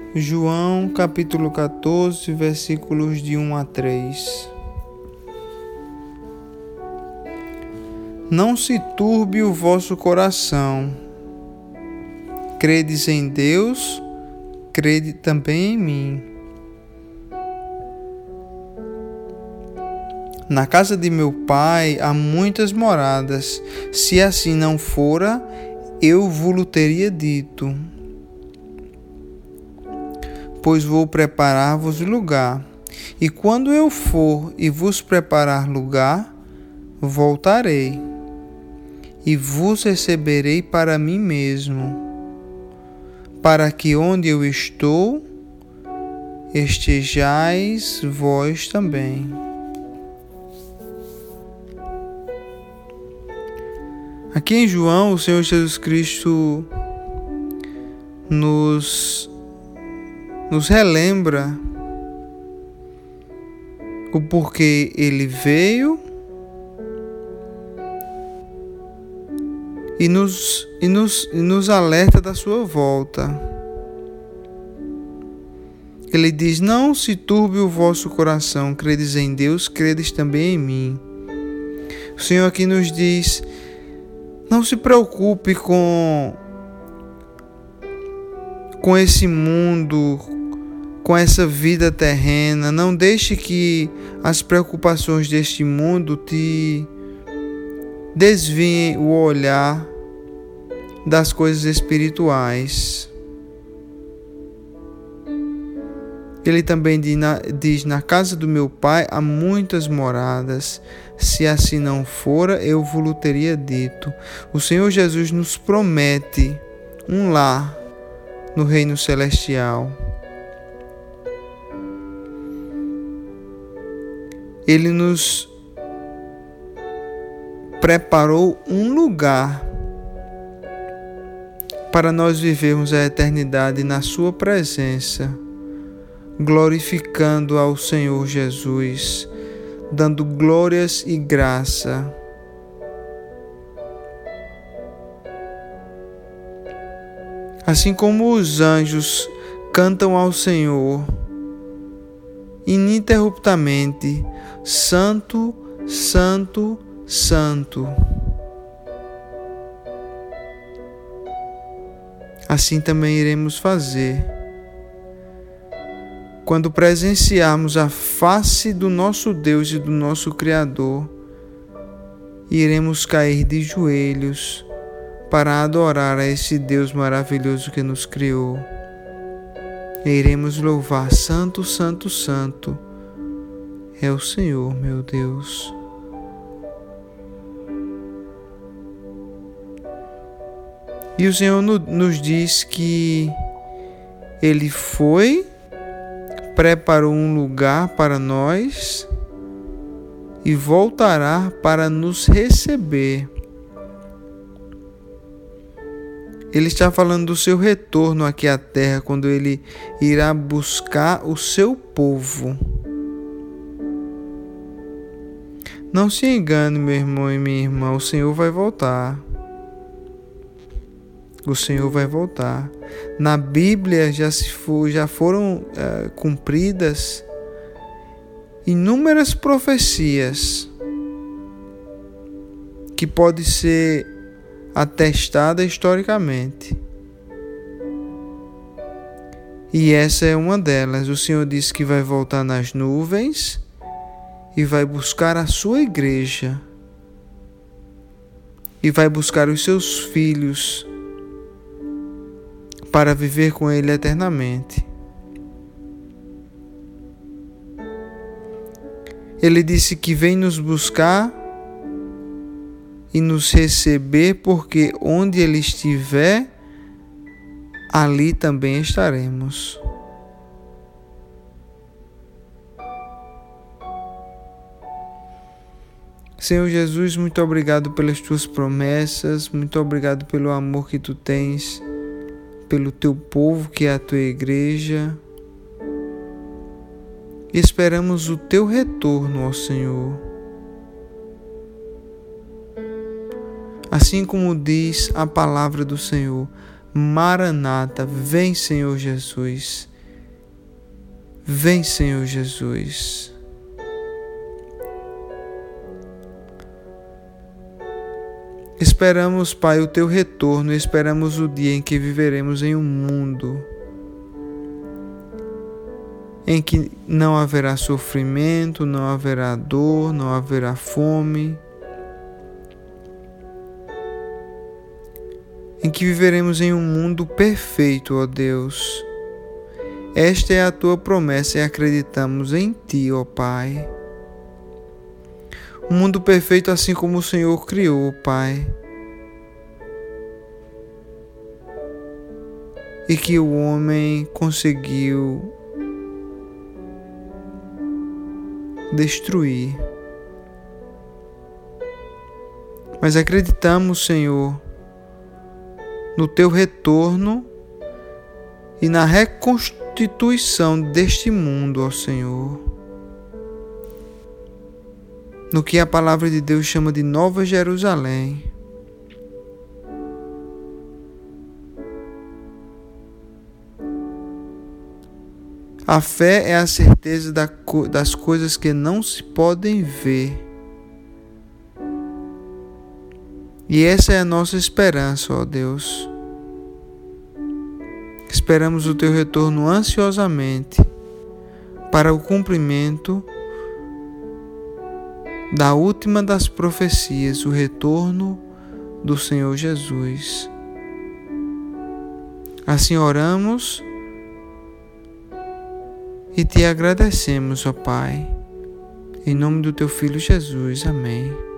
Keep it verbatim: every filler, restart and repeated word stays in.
João capítulo quatorze, versículos de um a três. Não se turbe o vosso coração. Credes em Deus, crede também em mim. Na casa de meu Pai há muitas moradas. Se assim não fora, eu vos teria dito. Pois vou preparar-vos lugar. E quando eu for e vos preparar lugar, voltarei e vos receberei para mim mesmo, para que onde eu estou, estejais vós também. Aqui em João, o Senhor Jesus Cristo nos, nos relembra o porquê Ele veio e nos, e nos, e nos alerta da sua volta. Ele diz: não se turbe o vosso coração, credes em Deus, credes também em mim. O Senhor aqui nos diz: não se preocupe com, com esse mundo, com essa vida terrena. Não deixe que as preocupações deste mundo te desviem o olhar das coisas espirituais. Ele também diz: na casa do meu Pai há muitas moradas. Se assim não fora, eu vos teria dito. O Senhor Jesus nos promete um lar no reino celestial. Ele nos preparou um lugar para nós vivermos a eternidade na sua presença, glorificando ao Senhor Jesus, dando glórias e graça. Assim como os anjos cantam ao Senhor ininterruptamente: Santo, Santo, Santo. Assim também iremos fazer quando presenciarmos a face do nosso Deus e do nosso Criador. Iremos cair de joelhos para adorar a esse Deus maravilhoso que nos criou. E iremos louvar: Santo, Santo, Santo é o Senhor, meu Deus. E o Senhor nos diz que Ele foi, preparou um lugar para nós e voltará para nos receber. Ele está falando do seu retorno aqui à terra, quando Ele irá buscar o seu povo. Não se engane, meu irmão e minha irmã, o Senhor vai voltar. O Senhor vai voltar. Na Bíblia já, se for, já foram uh, cumpridas inúmeras profecias que podem ser atestadas historicamente. E essa é uma delas. O Senhor disse que vai voltar nas nuvens e vai buscar a sua igreja e vai buscar os seus filhos para viver com Ele eternamente. Ele disse que vem nos buscar e nos receber, porque onde Ele estiver, ali também estaremos. Senhor Jesus, muito obrigado pelas Tuas promessas, muito obrigado pelo amor que Tu tens pelo Teu povo, que é a Tua igreja. Esperamos o Teu retorno, ó Senhor. Assim como diz a palavra do Senhor: Maranata, vem Senhor Jesus. Vem, Senhor Jesus. Esperamos, Pai, o Teu retorno, esperamos o dia em que viveremos em um mundo em que não haverá sofrimento, não haverá dor, não haverá fome, em que viveremos em um mundo perfeito, ó Deus. Esta é a Tua promessa e acreditamos em Ti, ó Pai. Um mundo perfeito assim como o Senhor criou, Pai. E que o homem conseguiu destruir. Mas acreditamos, Senhor, no Teu retorno e na reconstituição deste mundo, ó Senhor. No que a palavra de Deus chama de Nova Jerusalém. A fé é a certeza das coisas que não se podem ver. E essa é a nossa esperança, ó Deus. Esperamos o Teu retorno ansiosamente para o cumprimento da última das profecias, o retorno do Senhor Jesus. Assim oramos e Te agradecemos, ó Pai, em nome do Teu Filho Jesus. Amém.